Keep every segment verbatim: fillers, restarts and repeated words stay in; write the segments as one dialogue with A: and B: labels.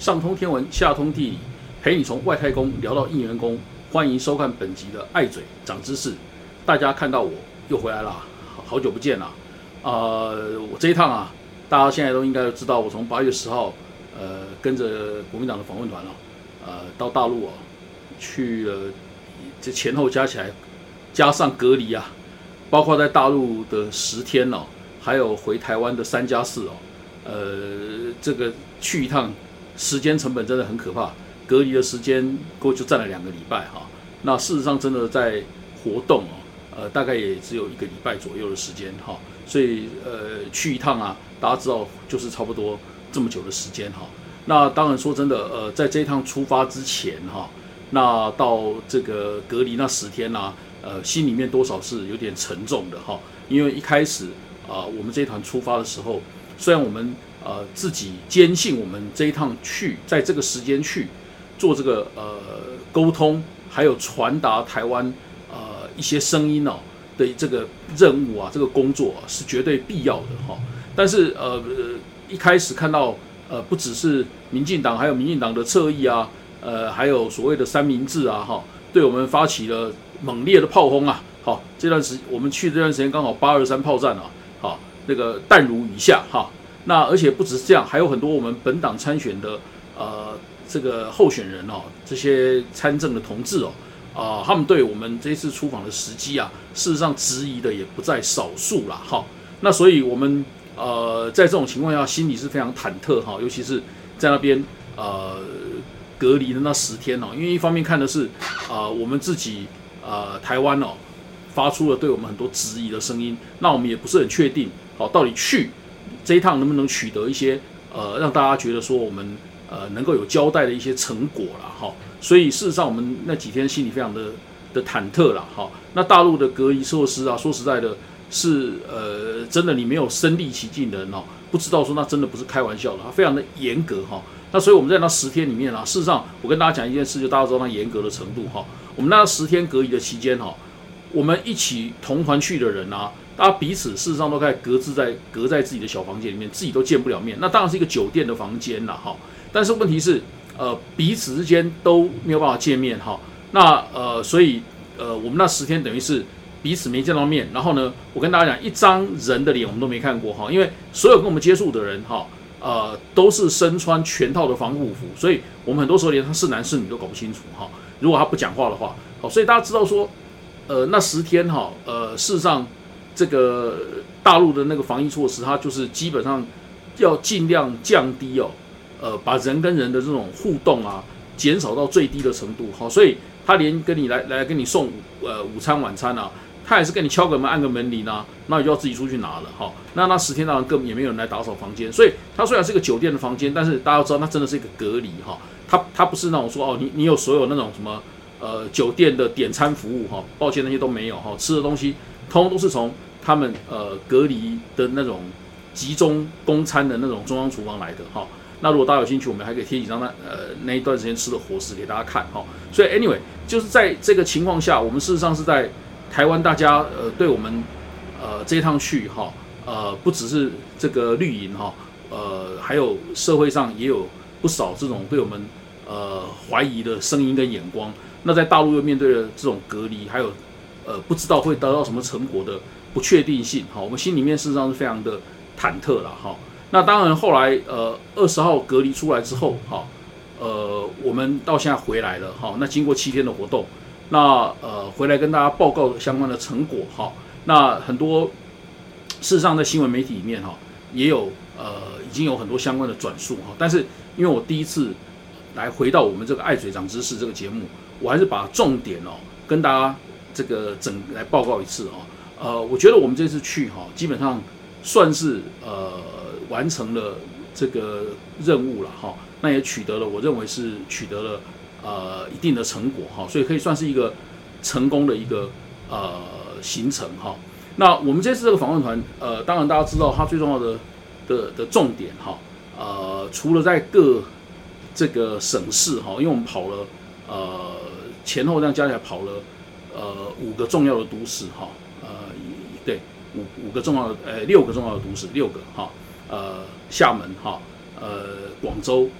A: 上通天文，下通地理，陪你从外太空聊到应元宫。欢迎收看本集的爱嘴长知识。大家看到我又回来了，好久不见了。呃，我这一趟啊，大家现在都应该知道，我从八月十号，呃，跟着国民党的访问团了、啊，呃，到大陆啊，去了，这前后加起来，加上隔离啊，包括在大陆的十天哦、啊，还有回台湾的三加四哦，呃，这个去一趟时间成本真的很可怕。隔离的时间过就占了两个礼拜哈，那事实上真的在活动哦，呃，大概也只有一个礼拜左右的时间哈，所以呃去一趟啊，大家知道就是差不多这么久的时间哈。那当然说真的，呃，在这一趟出发之前哈，那到这个隔离那十天啊，呃，心里面多少是有点沉重的哈，因为一开始啊、呃，我们这一团出发的时候，虽然我们呃自己坚信我们这一趟去在这个时间去。做这个呃沟通，还有传达台湾呃一些声音哦的这个任务啊，这个工作啊是绝对必要的哈、哦。但是呃一开始看到呃不只是民进党，还有民进党的侧翼啊，呃还有所谓的三明治啊哈、哦，对我们发起了猛烈的炮轰啊。好、哦，这段时我们去这段时间刚好八二三炮战啊，好、哦、那个弹如雨下哈、哦。那而且不只是这样，还有很多我们本党参选的呃。这个候选人哦，这些参政的同志哦，啊、呃，他们对我们这次出访的时机啊，事实上质疑的也不在少数啦，哈。那所以我们呃在这种情况下，心里是非常忐忑哈，尤其是在那边呃隔离的那十天哦，因为一方面看的是啊、呃、我们自己呃台湾哦发出了对我们很多质疑的声音，那我们也不是很确定，好，到底去这一趟能不能取得一些呃让大家觉得说我们。呃，能够有交代的一些成果啦，哈，所以事实上我们那几天心里非常的的忐忑啦，哈。那大陆的隔离措施啊，说实在的，是呃，真的你没有身历其境的人哦，不知道说那真的不是开玩笑的，它非常的严格哈。那所以我们在那十天里面啊，事实上我跟大家讲一件事，就大家知道那严格的程度哈。我们那十天隔离的期间哈，我们一起同团去的人啊。大家彼此事实上都开始隔自在隔在自己的小房间里面，自己都见不了面。那当然是一个酒店的房间啦，哈。但是问题是，呃，彼此之间都没有办法见面，哈。那呃，所以呃，我们那十天等于是彼此没见到面。然后呢，我跟大家讲，一张人的脸我们都没看过，哈，因为所有跟我们接触的人，哈，呃，都是身穿全套的防护服，所以我们很多时候连他是男是女都搞不清楚，哈。如果他不讲话的话，好，所以大家知道说，呃，那十天，哈，呃，事实上。这个大陆的那个防疫措施，它就是基本上要尽量降低哦，呃，把人跟人的这种互动啊，减少到最低的程度。好，所以他连跟你来来跟你送呃午餐晚餐啊，他也是跟你敲个门按个门铃啊，那你就要自己出去拿了哈。那那十天当然根本也没有人来打扫房间，所以它虽然是个酒店的房间，但是大家要知道，它真的是一个隔离哈。它它不是那种说哦，你你有所有那种什么呃酒店的点餐服务哈，抱歉那些都没有哈，吃的东西通通都是从他们呃隔离的那种集中供餐的那种中央厨房来的哈，那如果大家有兴趣，我们还可以贴几张那呃那一段时间吃的伙食给大家看哈。所以 anyway 就是在这个情况下，我们事实上是在台湾，大家呃对我们呃这一趟去哈呃不只是这个绿营哈呃还有社会上也有不少这种对我们呃怀疑的声音跟眼光。那在大陆又面对了这种隔离，还有呃不知道会得到什么成果的。不确定性，哈，我们心里面事实上是非常的忐忑了，哈。那当然后来，呃，二十号隔离出来之后，哈，呃，我们到现在回来了，哈。那经过七天的活动，那呃回来跟大家报告相关的成果，哈。那很多事实上在新闻媒体里面，哈，也有呃已经有很多相关的转述，哈。但是因为我第一次来回到我们这个爱嘴长知识这个节目，我还是把重点哦跟大家这个整来报告一次哦。呃，我觉得我们这次去哈，基本上算是呃完成了这个任务了哈，那也取得了我认为是取得了呃一定的成果哈，所以可以算是一个成功的一个呃行程哈。那我们这次这个访问团，呃，当然大家知道它最重要的的的重点哈，呃，除了在各这个省市哈，因为我们跑了呃前后这样加起来跑了呃五个重要的都市哈。对，五五个重要的，呃，六个重要的都市，六个哈，呃，厦门哈，呃，广州，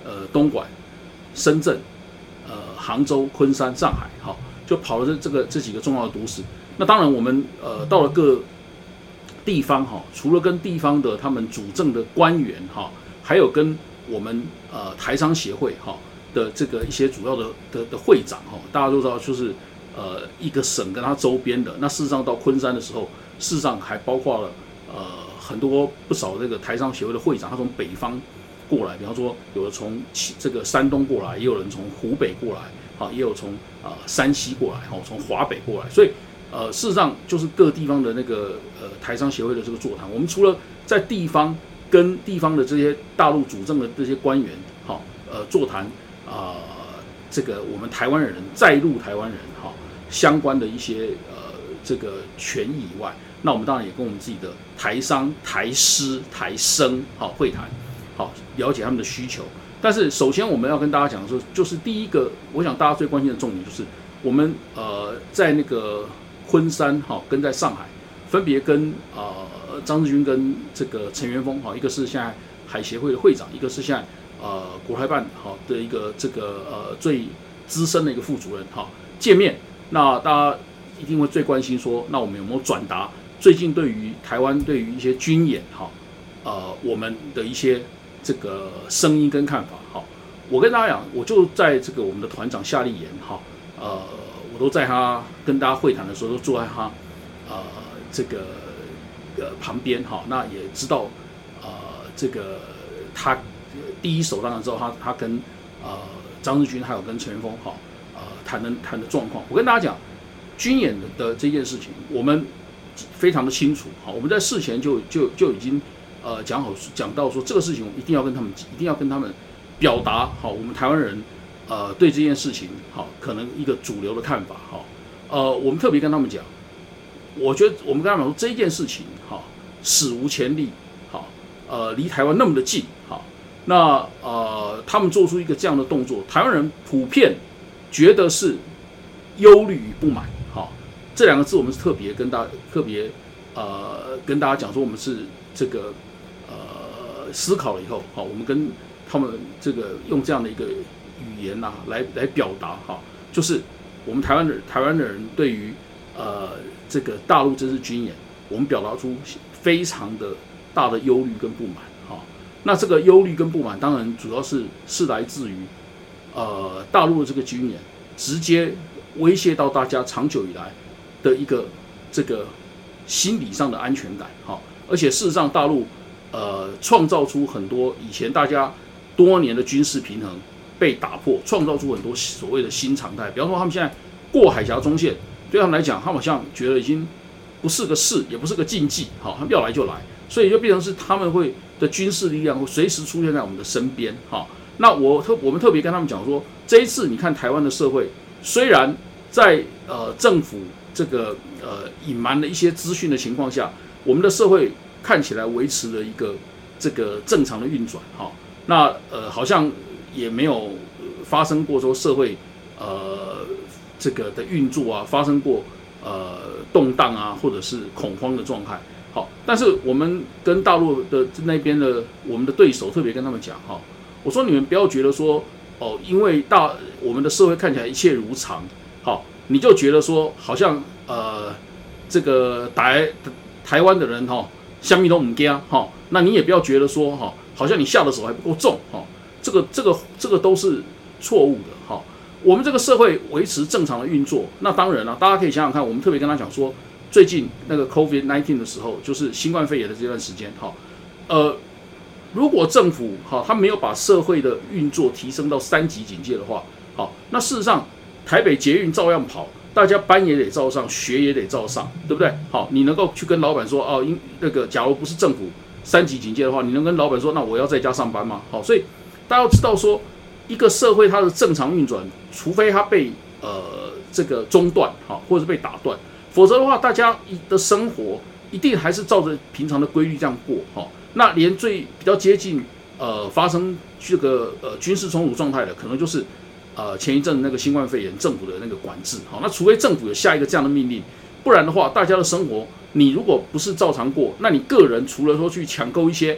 A: 呃东莞、深圳、呃杭州、昆山、上海，好，就跑了这这个这几个重要的都市。那当然我们呃到了各地方哈，除了跟地方的他们主政的官员哈，还有跟我们呃台商协会哈的这个一些主要的的的会长哈，大家都知道就是呃一个省跟它周边的。那事实上到昆山的时候，事实上还包括了呃很多不少这个台商协会的会长，他从北方过来，比方说有的从这个山东过来，也有人从湖北过来，啊，也有从啊、呃、山西过来，哈，从华北过来，所以呃事实上就是各地方的那个呃台商协会的这个座谈，我们除了在地方跟地方的这些大陆主政的这些官员，哈，呃座谈啊、呃、这个我们台湾人在陆台湾人哈相关的一些呃这个权益以外，那我们当然也跟我们自己的台商、台师、台生好会谈，好了解他们的需求。但是首先我们要跟大家讲说，就是第一个，我想大家最关心的重点就是我们呃在那个昆山哈跟在上海，分别跟呃张志军跟这个陈元峰哈，一个是现在海协会的会长，一个是现在呃国台办好的一个这个呃最资深的一个副主任哈见面。那大家一定会最关心说，那我们有没有转达最近对于台湾对于一些军演哈呃我们的一些这个声音跟看法哈？我跟大家讲，我就在这个我们的团长夏立言哈呃我都在他跟大家会谈的时候都坐在他呃这个呃旁边哈，那也知道呃这个他第一手当然知道他他跟呃张日军还有跟陈元峰哈呃谈的谈的状况。我跟大家讲，军演的这件事情我们非常的清楚，好，我们在事前就就就已经呃讲好讲到说这个事情我们一定要跟他们一定要跟他们表达好我们台湾人呃对这件事情好可能一个主流的看法好，呃我们特别跟他们讲，我觉得我们跟他们说这件事情好史无前例好，呃离台湾那么的近好，那呃他们做出一个这样的动作，台湾人普遍觉得是忧虑与不满。好，这两个字我们是特别跟大特别呃跟大家讲说，我们是这个呃思考了以后，好，我们跟他们这个用这样的一个语言呐、啊、来来表达哈，就是我们台湾的台湾的人对于呃这个大陆这次军演，我们表达出非常的大的忧虑跟不满哈。那这个忧虑跟不满，当然主要是是来自于呃大陆的这个军演直接威胁到大家长久以来的一个这个心理上的安全感，好，而且事实上大陆呃创造出很多以前大家多年的军事平衡被打破，创造出很多所谓的新常态。比方说他们现在过海峡中线，对他们来讲，他们好像觉得已经不是个事，也不是个禁忌，好，他们要来就来，所以就变成是他们会的军事力量会随时出现在我们的身边，好。那我特我们特别跟他们讲说，这一次你看台湾的社会，虽然在呃政府这个呃隐瞒了一些资讯的情况下，我们的社会看起来维持了一个这个正常的运转，哈，那呃好像也没有发生过说社会呃这个的运作啊，发生过呃动荡啊，或者是恐慌的状态，好，但是我们跟大陆的那边的我们的对手特别跟他们讲，哈，我说你们不要觉得说哦，因为大我们的社会看起来一切如常。好，你就觉得说，好像呃，这个台台湾的人哈，虾米都唔惊哈，那你也不要觉得说哈，好像你下的手还不够重哈，这个这个这个都是错误的哈。我们这个社会维持正常的运作，那当然了、啊，大家可以想想看，我们特别跟他讲说，最近那个 COVID 十九 的时候，就是新冠肺炎的这段时间哈，呃，如果政府哈他没有把社会的运作提升到三级警戒的话，好，那事实上。台北捷运照样跑，大家班也得照上，学也得照上，对不对？好，你能够去跟老板说哦，因那个假如不是政府三级警戒的话，你能跟老板说，那我要在家上班吗？好，所以大家要知道说，一个社会它的正常运转，除非它被呃这个中断，好，或者是被打断，否则的话，大家的生活一定还是照着平常的规律这样过，好，那连最比较接近呃发生这个呃军事冲突状态的，可能就是。呃，前一阵那个新冠肺炎政府的那个管制，好，那除非政府有下一个这样的命令，不然的话，大家的生活，你如果不是照常过，那你个人除了说去抢购一些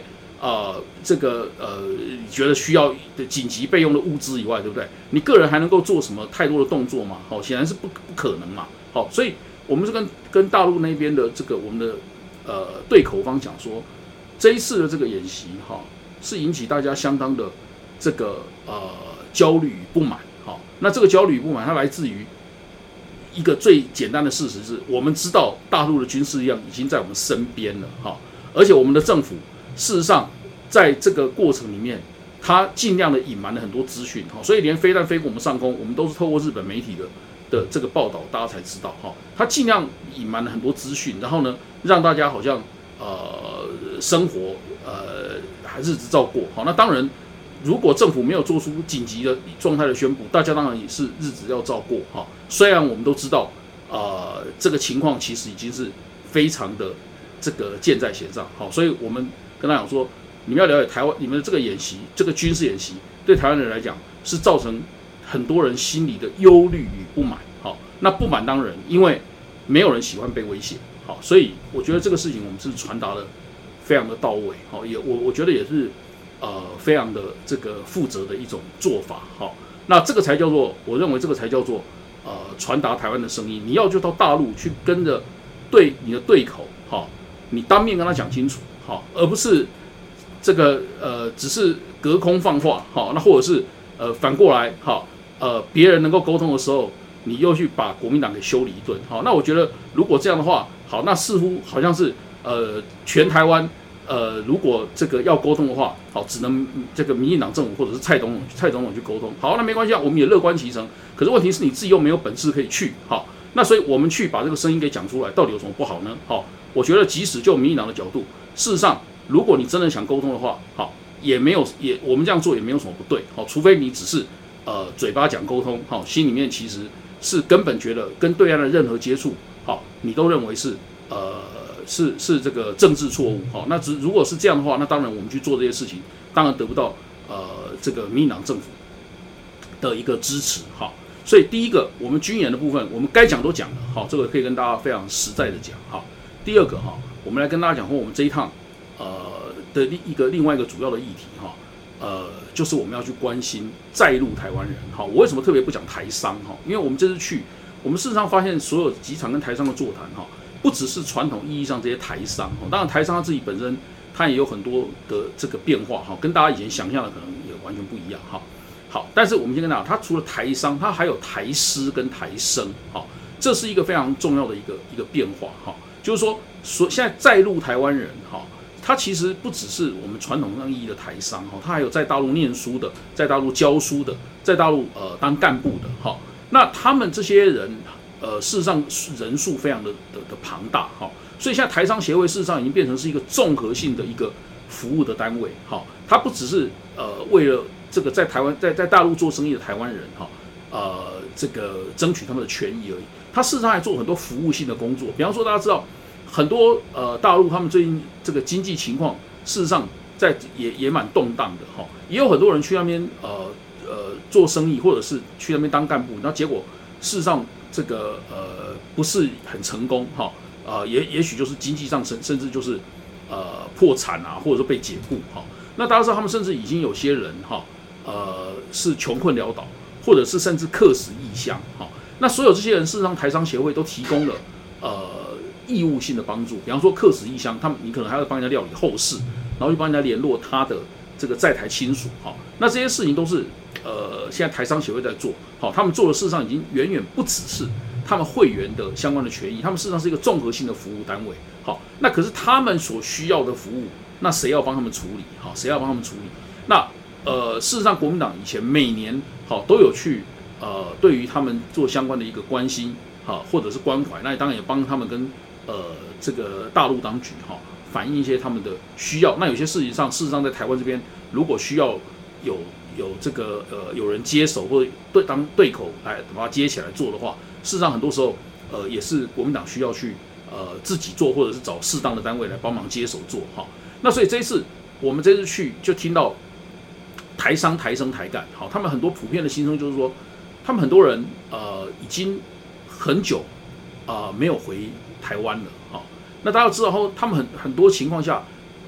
A: 呃这个呃觉得需要的紧急备用的物资以外，对不对？你个人还能够做什么太多的动作吗？好、哦，显然是不不可能嘛。好、哦，所以我们是跟跟大陆那边的这个我们的呃对口方讲说，这一次的这个演习哈、哦，是引起大家相当的这个呃焦虑与不满。好、哦，那这个焦虑与不满，它来自于一个最简单的事实是，我们知道大陆的军事力量已经在我们身边了，哈，而且我们的政府事实上在这个过程里面，它尽量的隐瞒了很多资讯，哈，所以连飞弹飞过我们上空，我们都是透过日本媒体的的这个报道，大家才知道，哈，它尽量隐瞒了很多资讯，然后呢，让大家好像呃生活呃还日子照过，好，那当然。如果政府没有做出紧急的状态的宣布，大家当然也是日子要照过哈。虽然我们都知道，呃，这个情况其实已经是非常的这个箭在弦上，好，所以我们跟他讲说，你们要了解台湾，你们的这个演习，这个军事演习，对台湾人来讲是造成很多人心里的忧虑与不满，好，那不满当然，因为没有人喜欢被威胁，好，所以我觉得这个事情我们是传达的非常的到位，好，也我我觉得也是。呃，非常的这个负责的一种做法，哈、哦，那这个才叫做，我认为这个才叫做呃传达台湾的声音。你要就到大陆去跟着对你的对口，哈、哦，你当面跟他讲清楚，哈、哦，而不是这个呃只是隔空放话，哈、哦，那或者是呃反过来，哈、哦，呃别人能够沟通的时候，你又去把国民党给修理一顿，好、哦，那我觉得如果这样的话，好，那似乎好像是呃全台湾。呃，如果这个要沟通的话，好，只能这个民进党政府或者是蔡总统、蔡总统去沟通。好，那没关系啊，我们也乐观其成。可是问题是你自己又没有本事可以去，好，那所以我们去把这个声音给讲出来，到底有什么不好呢？好，我觉得即使就民进党的角度，事实上，如果你真的想沟通的话，好，也没有也我们这样做也没有什么不对，好，除非你只是呃嘴巴讲沟通，好，心里面其实是根本觉得跟对岸的任何接触，好，你都认为是呃。是是这个政治错误，好，那只如果是这样的话，那当然我们去做这些事情，当然得不到呃这个民进党政府的一个支持，好，所以第一个我们军演的部分，我们该讲都讲了，好，这个可以跟大家非常实在的讲，好，第二个哈，我们来跟大家讲说我们这一趟呃的一个另外一个主要的议题哈，呃就是我们要去关心在陆台湾人，好，我为什么特别不讲台商哈？因为我们这次去，我们事实上发现所有机场跟台商的座谈哈。不只是传统意义上这些台商，当然台商他自己本身他也有很多的这个变化哈，跟大家以前想象的可能也完全不一样哈。好，但是我们先跟大家，他除了台商，他还有台师跟台生，哈，这是一个非常重要的一个一个变化哈。就是说，所现在在陆台湾人哈，他其实不只是我们传统上意义的台商哈，他还有在大陆念书的，在大陆教书的，在大陆呃当干部的哈。那他们这些人。呃，事实上人数非常的的的庞大，哈，所以现在台商协会事实上已经变成是一个综合性的一个服务的单位，哈，它不只是呃为了这个在台湾在在大陆做生意的台湾人，哈，呃，这个争取他们的权益而已，它事实上还做很多服务性的工作，比方说大家知道很多呃大陆他们最近这个经济情况，事实上在也也蛮动荡的，哈，也有很多人去那边呃呃做生意，或者是去那边当干部，那结果事实上。这个呃不是很成功哈，呃也也许就是经济上甚甚至就是呃破产啊，或者说被解雇哈。那大家知道他们甚至已经有些人哈，呃是穷困潦倒，或者是甚至客死异乡哈。那所有这些人，事实上台商协会都提供了呃义务性的帮助，比方说客死异乡，他们你可能还要帮人家料理后事，然后去帮人家联络他的这个在台亲属哈。那这些事情都是。呃，现在台商协会在做，好，他们做的事实上已经远远不只是他们会员的相关的权益，他们事实上是一个综合性的服务单位，好，那可是他们所需要的服务，那谁要帮他们处理？好，谁要帮他们处理？那呃，事实上国民党以前每年好都有去呃，对于他们做相关的一个关心，好，或者是关怀，那当然也帮他们跟呃这个大陆当局哈反映一些他们的需要。那有些事情上，事实上在台湾这边，如果需要有有这个呃有人接手或者对当对口来把它接起来做的话，事实上很多时候呃也是国民党需要去呃自己做，或者是找适当的单位来帮忙接手做哈。那所以这一次我们这次去就听到台商、台生、台干，好，他们很多普遍的心声就是说，他们很多人呃已经很久啊、呃、没有回台湾了，好，那大家知道后，他们很很多情况下，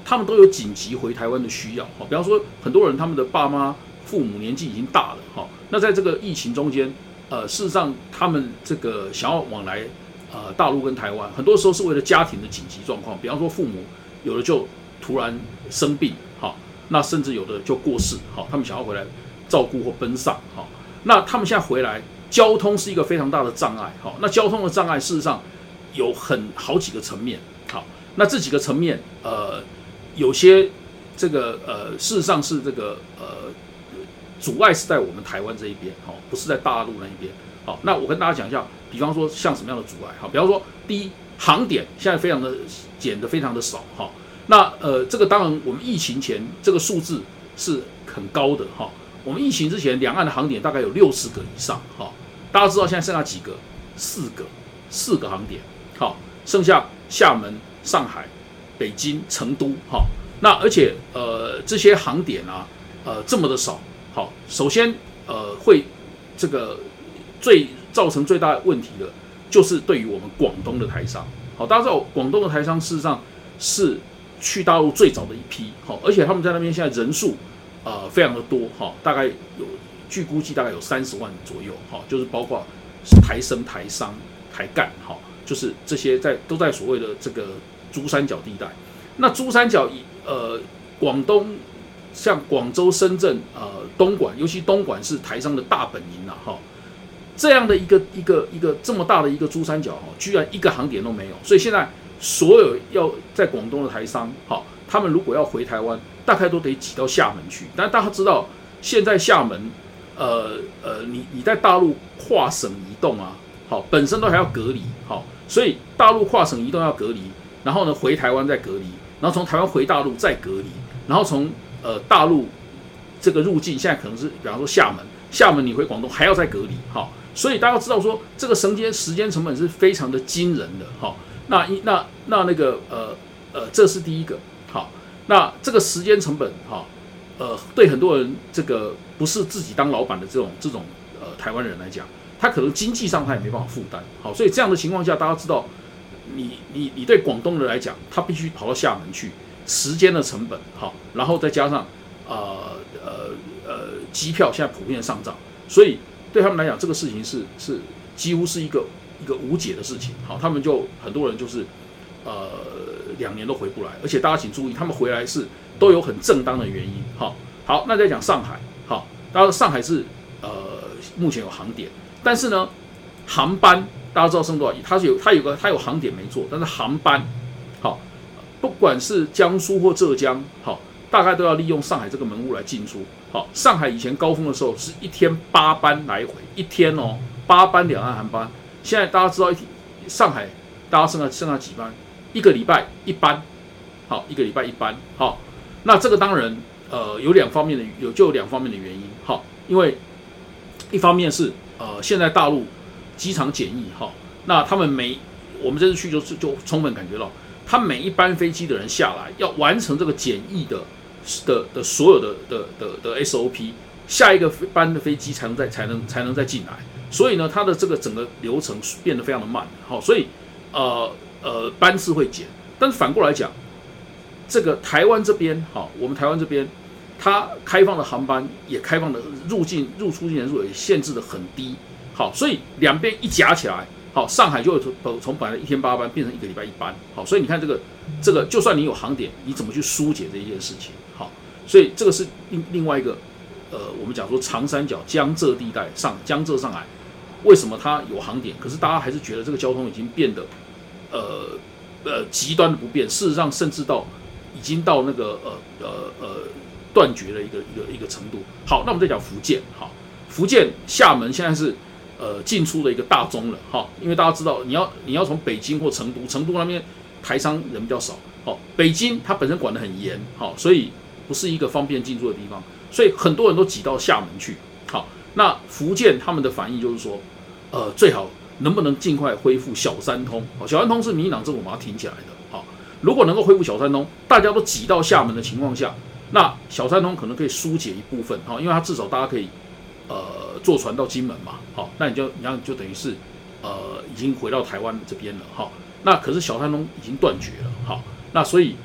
A: 他们都有紧急回台湾的需要。好，比方说很多人他们的爸妈、父母年纪已经大了，哈，那在这个疫情中间，呃，事实上他们这个想要往来呃大陆跟台湾，很多时候是为了家庭的紧急状况，比方说父母有的就突然生病，哈，那甚至有的就过世，哈，他们想要回来照顾或奔丧，哈，那他们现在回来，交通是一个非常大的障碍，哈，那交通的障碍事实上有很好几个层面，好，那这几个层面，呃，有些这个呃，事实上是这个呃，阻碍是在我们台湾这一边，好，不是在大陆那一边，好，那我跟大家讲一下，比方说像什么样的阻碍，好，比方说第一，航点现在非常的减得非常的少，哈，那呃，这个当然我们疫情前这个数字是很高的，哈，我们疫情之前两岸的航点大概有六十个以上，哈，大家知道现在剩下几个？四个，四个航点。好，剩下厦门、上海、北京、成都，好，那而且呃这些航点啊，呃这么的少，好，首先呃会这个最造成最大的问题的，就是对于我们广东的台商，好，大家知道广东的台商事实上是去大陆最早的一批，好，而且他们在那边现在人数呃非常的多，哈，大概有据估计大概有三十万左右，哈，就是包括台生、台商、台干，哈。就是这些在都在所谓的这个珠三角地带，那珠三角呃广东像广州、深圳、呃东莞，尤其东莞是台商的大本营啊，哈，这样的一个一个一个这么大的一个珠三角哈，居然一个航点都没有，所以现在所有要在广东的台商，哈，他们如果要回台湾，大概都得挤到厦门去。但大家知道，现在厦门，呃呃，你你在大陆跨省移动啊，好，本身都还要隔离，好。所以大陆跨省移动要隔离，然后呢回台湾再隔离，然后从台湾回大陆再隔离，然后从呃大陆这个入境，现在可能是比方说厦门，厦门你回广东还要再隔离，好，所以大家要知道说这个时间时间成本是非常的惊人的，好，那那那那个呃呃这是第一个，好，那这个时间成本哈，呃对很多人这个不是自己当老板的这种这种呃台湾人来讲。他可能经济上他也没办法负担，好，所以这样的情况下，大家知道，你你你对广东人来讲，他必须跑到厦门去，时间的成本，好，然后再加上呃呃呃机票现在普遍上涨，所以对他们来讲，这个事情是是几乎是一个一个无解的事情，好，他们就很多人就是呃两年都回不来，而且大家请注意，他们回来是都有很正当的原因，好，好，那再讲上海，好，大家上海是呃目前有航点。但是呢，航班大家知道剩多少亿？它是有它有个它有航点没错，但是航班好，不管是江苏或浙江好，大概都要利用上海这个门户来进出。好，上海以前高峰的时候是一天八班来回，一天哦八班两岸航班。现在大家知道上海大家剩下剩下几班？一个礼拜一班，好，一个礼拜一班。好，那这个当然呃有两方面的有就有两方面的原因。好，因为一方面是呃，现在大陆机场检疫哈，那他们每我们这次去就是就充分感觉到，他每一班飞机的人下来要完成这个检疫的的的所有的的的的 S O P， 下一个班的飞机才能再才能才能再进来，所以呢，它的这个整个流程变得非常的慢，好，所以呃呃班次会减，但是反过来讲，这个台湾这边好，我们台湾这边。它开放的航班也开放的入境入出境人数也限制的很低，好，所以两边一夹起来，好，上海就会从从本来的一天八班变成一个礼拜一班，好，所以你看这个这个，就算你有航点，你怎么去疏解这一件事情，好，所以这个是另另外一个，呃，我们讲说长三角江浙地带上江浙上海，为什么它有航点，可是大家还是觉得这个交通已经变得，呃呃极端的不便，事实上甚至到已经到那个呃呃呃。断绝的一个一个一个程度。好，那我们再讲福建。好，福建厦门现在是呃进出的一个大宗了。哈，因为大家知道，你要你要从北京或成都，成都那边台商人比较少。好，北京它本身管得很严，好，所以不是一个方便进出的地方，所以很多人都挤到厦门去。好，那福建他们的反应就是说，呃，最好能不能尽快恢复小三通？好，小三通是民进党政府把它停起来的。好，如果能够恢复小三通，大家都挤到厦门的情况下。那小三通可能可以疏解一部分，哈，因为它至少大家可以，呃，坐船到金门嘛，好，那你就你看就等于是，呃，已经回到台湾这边了，哈。那可是小三通已经断绝了，好，那所以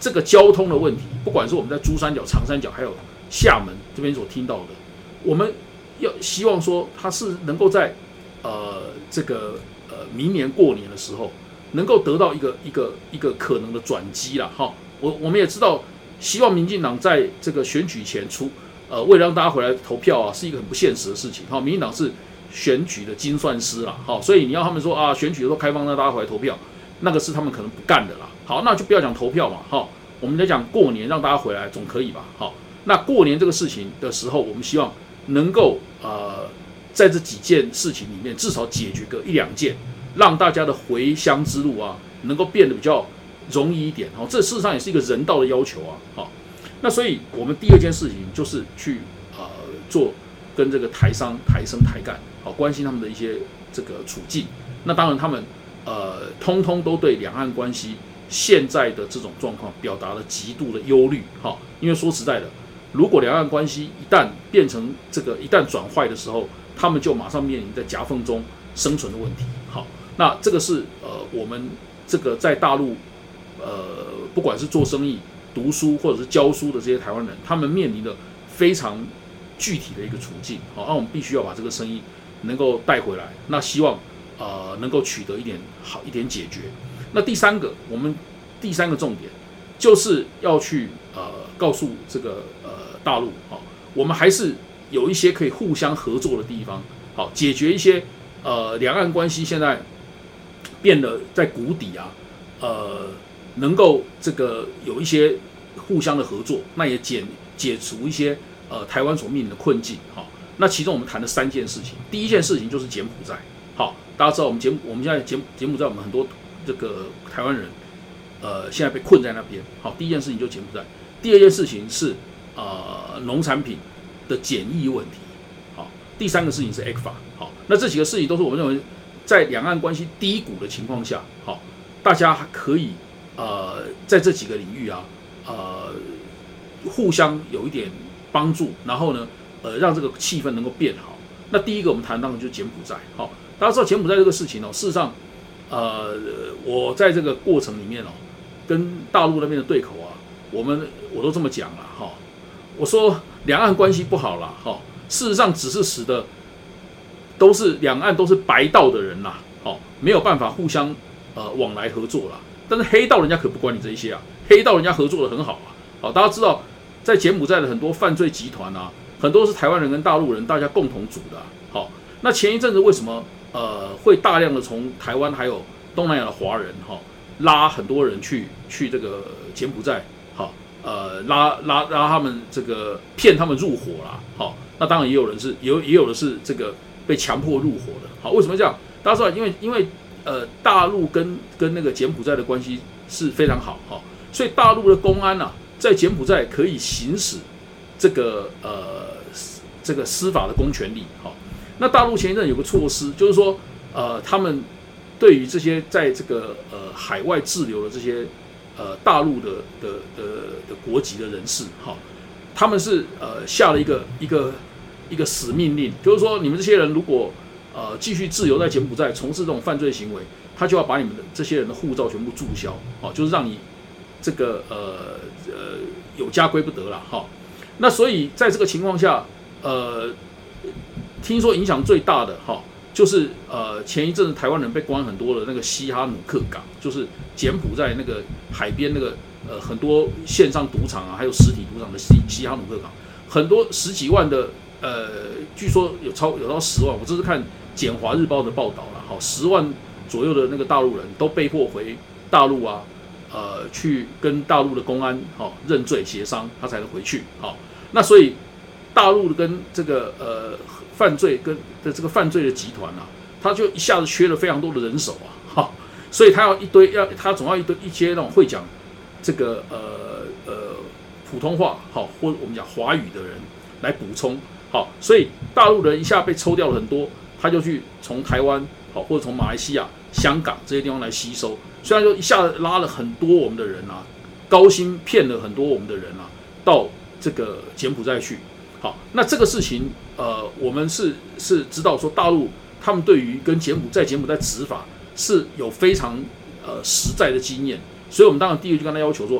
A: 这个交通的问题，不管是我们在珠三角、长三角，还有厦门这边所听到的，我们要希望说，它是能够在呃这个呃明年过年的时候，能够得到一个一个一个可能的转机啦。哈，我我们也知道，希望民进党在这个选举前出，呃，为了让大家回来投票啊，是一个很不现实的事情。哈，民进党是选举的精算师啦，好，所以你要他们说啊，选举的时候开放让大家回来投票，那个是他们可能不干的啦。好，那就不要讲投票嘛，好，我们来讲过年让大家回来总可以吧？好，那过年这个事情的时候，我们希望能够呃，在这几件事情里面，至少解决个一两件，让大家的回乡之路啊，能够变得比较容易一点。好，这事实上也是一个人道的要求啊。好，那所以我们第二件事情就是去呃做跟这个台商、台生、台干。好，关心他们的一些这个处境。那当然，他们呃，通通都对两岸关系现在的这种状况表达了极度的忧虑。哈，因为说实在的，如果两岸关系一旦变成这个一旦转坏的时候，他们就马上面临在夹缝中生存的问题。好，那这个是呃，我们这个在大陆呃，不管是做生意、读书或者是教书的这些台湾人，他们面临的非常具体的一个处境。好，那我们必须要把这个声音能够带回来，那希望呃能够取得一点好一点解决。那第三个，我们第三个重点就是要去呃告诉这个呃大陆，好、哦，我们还是有一些可以互相合作的地方，好，解决一些呃两岸关系现在变得在谷底啊，呃能够这个有一些互相的合作，那也解解除一些呃台湾所面临的困境，好、哦。那其中我们谈了三件事情，第一件事情就是柬埔寨。好，大家知道我们柬我们现在柬柬埔寨，我们很多这个台湾人，呃，现在被困在那边。好，第一件事情就是柬埔寨，第二件事情是呃农产品的检疫问题。好，第三个事情是 E C F A。好，那这几个事情都是我们认为在两岸关系低谷的情况下，好，大家可以呃在这几个领域啊，呃互相有一点帮助，然后呢。呃，让这个气氛能够变好。那第一个我们谈到的就是柬埔寨。好、哦，大家知道柬埔寨这个事情哦，事实上，呃，我在这个过程里面哦，跟大陆那边的对口啊，我们我都这么讲了哈、哦。我说两岸关系不好啦，哈、哦，事实上只是使得都是两岸都是白道的人啦，好、哦，没有办法互相呃往来合作啦。但是黑道人家可不管你这一些啊，黑道人家合作的很好啊。好、哦，大家知道在柬埔寨的很多犯罪集团啊。很多是台湾人跟大陆人大家共同组的、啊。好，那前一阵子为什么呃会大量的从台湾还有东南亚的华人哈、哦、拉很多人去去这个柬埔寨，好、哦、呃拉拉拉他们这个骗他们入伙啦，好、哦，那当然也有人是有也有的是这个被强迫入伙的。好，为什么这样？大家知道，因为因为呃大陆跟跟那个柬埔寨的关系是非常好哈、哦，所以大陆的公安啊在柬埔寨可以行使这个呃。这个司法的公权力，好，那大陆前一阵有个措施，就是说，呃，他们对于这些在这个呃海外滞留的这些呃大陆的的的的国籍的人士，好，他们是呃下了一个一个一个死命令，就是说，你们这些人如果呃继续滞留在柬埔寨从事这种犯罪行为，他就要把你们的这些人的护照全部注销，好，就是让你这个呃呃有家归不得了，哈。那所以在这个情况下。呃，听说影响最大的哈，就是呃前一阵子台湾人被关很多的那个西哈努克港，就是柬埔寨那个海边那个呃很多线上赌场啊，还有实体赌场的西西哈努克港，很多十几万的呃，据说有超有到十万，我这是看《简华日报》的报道了，好，十万左右的那个大陆人都被迫回大陆啊，呃，去跟大陆的公安好、哦、认罪协商，他才能回去，好，那所以。大陆跟这个呃犯罪跟的这个犯罪的集团啊，他就一下子缺了非常多的人手啊，哈，所以他要一堆要他总要一堆一些那种会讲这个呃呃普通话好或者我们讲华语的人来补充，好，所以大陆人一下被抽掉了很多，他就去从台湾好或者从马来西亚、香港这些地方来吸收，虽然说一下子拉了很多我们的人啊，高薪骗了很多我们的人啊，到这个柬埔寨去。好，那这个事情，呃，我们是是知道说大陆他们对于跟柬埔寨柬埔寨执法是有非常呃实在的经验，所以我们当然第一个就跟他要求说，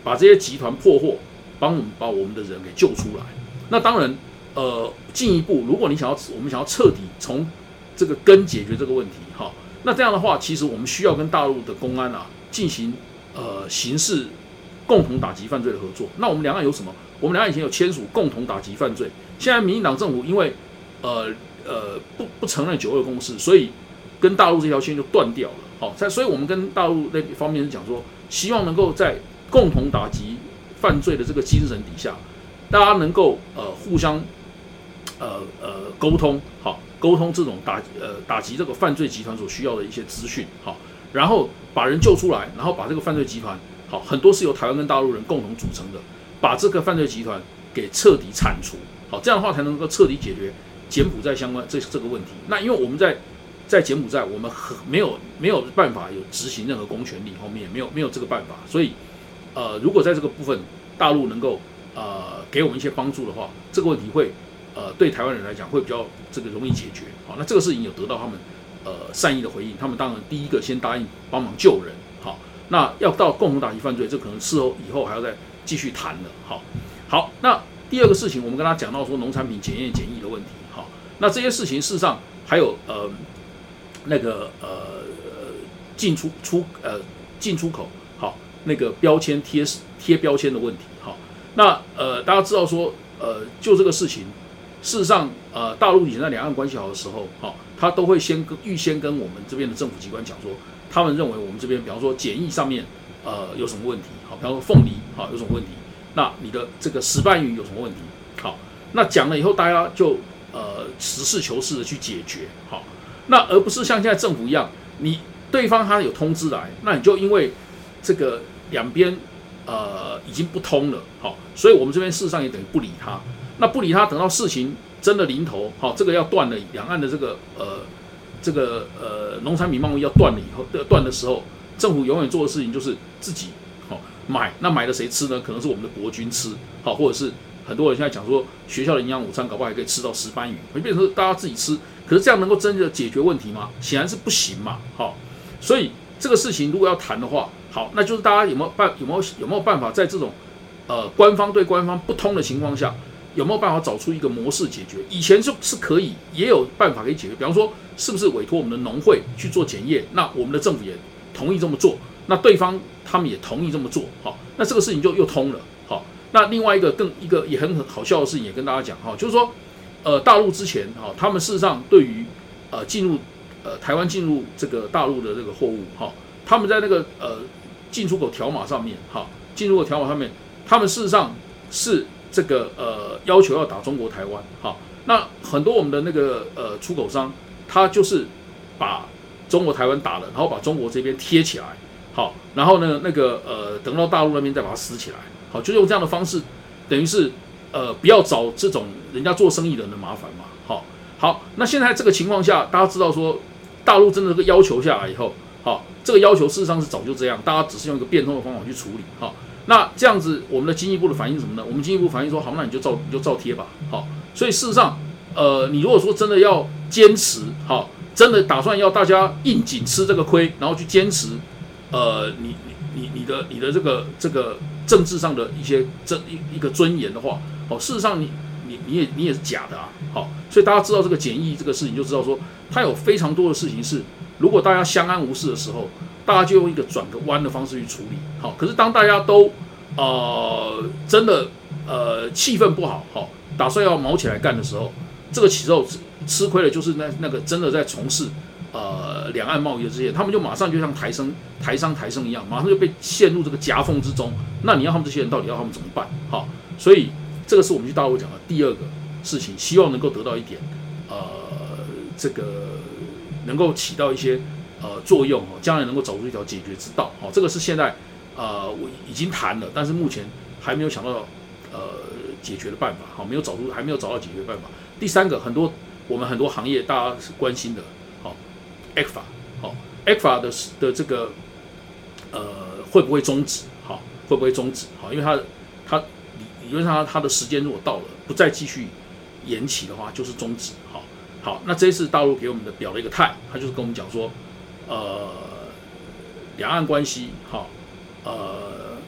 A: 把这些集团破获，帮我们把我们的人给救出来。那当然，呃，进一步，如果你想要我们想要彻底从这个根解决这个问题，哈，那这样的话，其实我们需要跟大陆的公安啊进行呃刑事共同打击犯罪的合作。那我们两岸有什么？我们两岸以前有签署共同打击犯罪，现在民进党政府因为呃呃不不承认九二共识，所以跟大陆这条线就断掉了。好，所以我们跟大陆那方面是讲说，希望能够在共同打击犯罪的这个精神底下，大家能够呃互相呃呃沟通，好，沟通这种打呃打击这个犯罪集团所需要的一些资讯，好，然后把人救出来，然后把这个犯罪集团，好，很多是由台湾跟大陆人共同组成的，把这个犯罪集团给彻底铲除，好，这样的话才能够彻底解决柬埔寨相关这这个问题。那因为我们在在柬埔寨，我们没有没有办法有执行任何公权力，后面也没有没有这个办法，所以呃，如果在这个部分大陆能够呃给我们一些帮助的话，这个问题会呃对台湾人来讲会比较这个容易解决。好，那这个事情有得到他们呃善意的回应，他们当然第一个先答应帮忙救人，好，那要到共同打击犯罪，这可能事后以后还要再继续谈了。好，好，那第二个事情，我们跟他讲到说农产品检验检疫的问题，好，那这些事情事实上还有呃。那个呃进出出呃进出口好，那个标签贴贴标签的问题好，那呃大家知道说呃就这个事情，事实上呃大陆以前在两岸关系好的时候好，他都会先跟预先跟我们这边的政府机关讲说，他们认为我们这边比方说检疫上面呃有什么问题好，比方说凤梨好有什么问题，那你的这个石斑鱼有什么问题好，那讲了以后大家就呃实事求是的去解决好。那而不是像现在政府一样，你对方他有通知来，那你就因为这个两边呃已经不通了，好，所以我们这边事实上也等于不理他。那不理他，等到事情真的临头，好，这个要断了，两岸的这个呃这个呃农产品贸易要断了以后，断的时候，政府永远做的事情就是自己好买，那买了谁吃呢？可能是我们的国军吃，好，或者是很多人现在讲说学校的营养午餐搞不好还可以吃到石斑鱼，会变成大家自己吃。可是这样能够真的解决问题吗？显然是不行嘛，好，所以这个事情如果要谈的话，好，那就是大家有没有办有没有有没有办法在这种呃官方对官方不通的情况下，有没有办法找出一个模式解决？以前就是可以，也有办法可以解决，比方说是不是委托我们的农会去做检验，那我们的政府也同意这么做，那对方他们也同意这么做，好，那这个事情就又通了，好，那另外一个更一个也很好笑的事情也跟大家讲哈，就是说。呃，大陆之前哈、哦，他们事实上对于呃进入呃台湾进入这个大陆的这个货物哈、哦，他们在那个呃进出口条码上面哈，进入口条码上面，他们事实上是这个呃要求要打中国台湾哈、哦。那很多我们的那个呃出口商，他就是把中国台湾打了，然后把中国这边贴起来，好，然后呢那个呃等到大陆那边再把它撕起来，好，就用这样的方式，等于是。呃，不要找这种人家做生意人的麻烦嘛。好，好，那现在这个情况下，大家知道说，大陆真的这个要求下来以后，好，这个要求事实上是早就这样，大家只是用一个变通的方法去处理。好，那这样子，我们的经济部的反应是什么呢？我们经济部反应说，好，那你就照你就照贴吧。好，所以事实上，呃，你如果说真的要坚持，好，真的打算要大家应景吃这个亏，然后去坚持，呃，你你你你的你的这个这个政治上的一些这一一个尊严的话。好，事实上你你你也你也是假的啊，好，所以大家知道这个检疫这个事情，就知道说它有非常多的事情是，如果大家相安无事的时候，大家就用一个转个弯的方式去处理，好，可是当大家都呃真的呃气氛不好，好，打算要毛起来干的时候，这个时候吃亏的就是那那个真的在从事呃两岸贸易的这些，他们就马上就像台商台商台生一样，马上就被陷入这个夹缝之中，那你要他们这些人到底要他们怎么办？好，所以。这个是我们去大陆讲的第二个事情，希望能够得到一点，呃，这个能够起到一些呃作用哦，将来能够找出一条解决之道。好，这个是现在呃我已经谈了，但是目前还没有想到呃解决的办法。好，没有找出，还没有找到解决办法。第三个，很多我们很多行业大家是关心的，好 ，E C F A， 好 ，E C F A 的的这个呃会不会终止？好，会不会终止？好，因为它它。理论上，它的时间如果到了，不再继续延期的话，就是终止。好，好，那这一次大陆给我们的表了一个态，他就是跟我们讲说，呃，两岸关系，好，呃，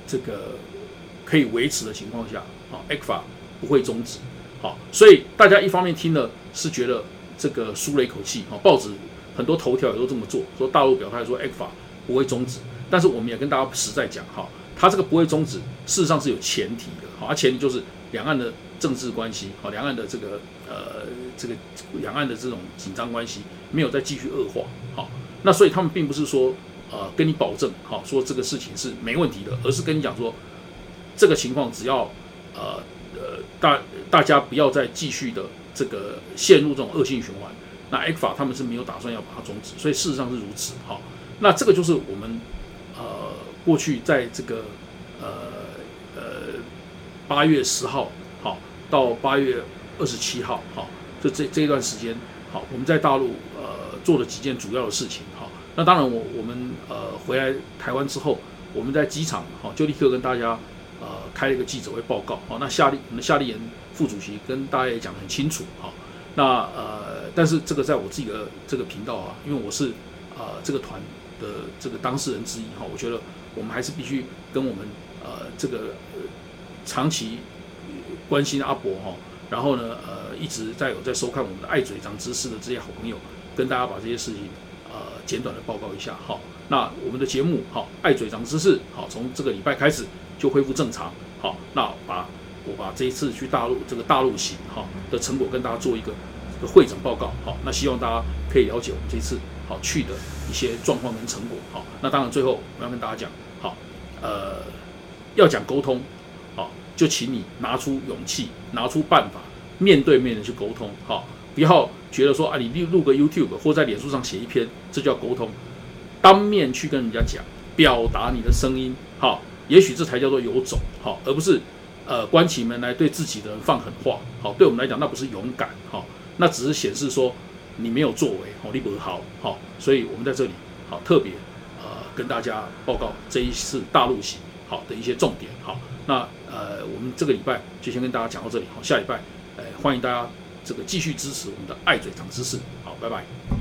A: 这个可以维持的情况下，啊 ，E C F A 不会终止。好，所以大家一方面听了是觉得这个舒了一口气，哈，报纸很多头条也都这么做，说大陆表态说 E C F A 不会终止，但是我们也跟大家实在讲，哈，它这个不会终止，事实上是有前提的，好，它前提就是两岸的政治关系，好，两岸的这个呃这个两岸的这种紧张关系没有再继续恶化，好，那所以他们并不是说呃跟你保证，好，说这个事情是没问题的，而是跟你讲说这个情况只要呃。呃，大大家不要再继续的这个陷入这种恶性循环。那 E C F A 他们是没有打算要把它终止，所以事实上是如此。好，那这个就是我们呃过去在这个呃呃八月十号好到八月二十七号好，就这这一段时间好，我们在大陆呃做了几件主要的事情。好，那当然我我们呃回来台湾之后，我们在机场好就立刻跟大家。呃，开了一个记者会报告，好，那夏立我们的夏立言副主席跟大家也讲得很清楚，好，那呃，但是这个在我自己的这个频道啊，因为我是呃这个团的这个当事人之一，哈，我觉得我们还是必须跟我们呃这个、呃、长期关心阿伯哈，然后呢呃一直在有在收看我们的爱嘴长知识的这些好朋友，跟大家把这些事情呃简短的报告一下，好，那我们的节目好爱嘴长知识，好，从这个礼拜开始。就恢复正常，好，那把我把这一次去大陆这个大陆行哈的成果跟大家做一个这个会诊报告，好，那希望大家可以了解我们这一次好去的一些状况跟成果，好，那当然最后我要跟大家讲，好，呃，要讲沟通，好，就请你拿出勇气，拿出办法，面对面的去沟通，好，不要觉得说啊，你录个 YouTube 或在脸书上写一篇，这叫沟通，当面去跟人家讲，表达你的声音，好。也许这才叫做有种，好，而不是呃关起门来对自己的人放狠话，好，对我们来讲那不是勇敢，好，那只是显示说你没有作为，好，你不好，好，所以我们在这里好特别呃跟大家报告这一次大陆行好的一些重点，好，那呃我们这个礼拜就先跟大家讲到这里，好，下礼拜呃欢迎大家这个继续支持我们的爱嘴长知识，好，拜拜。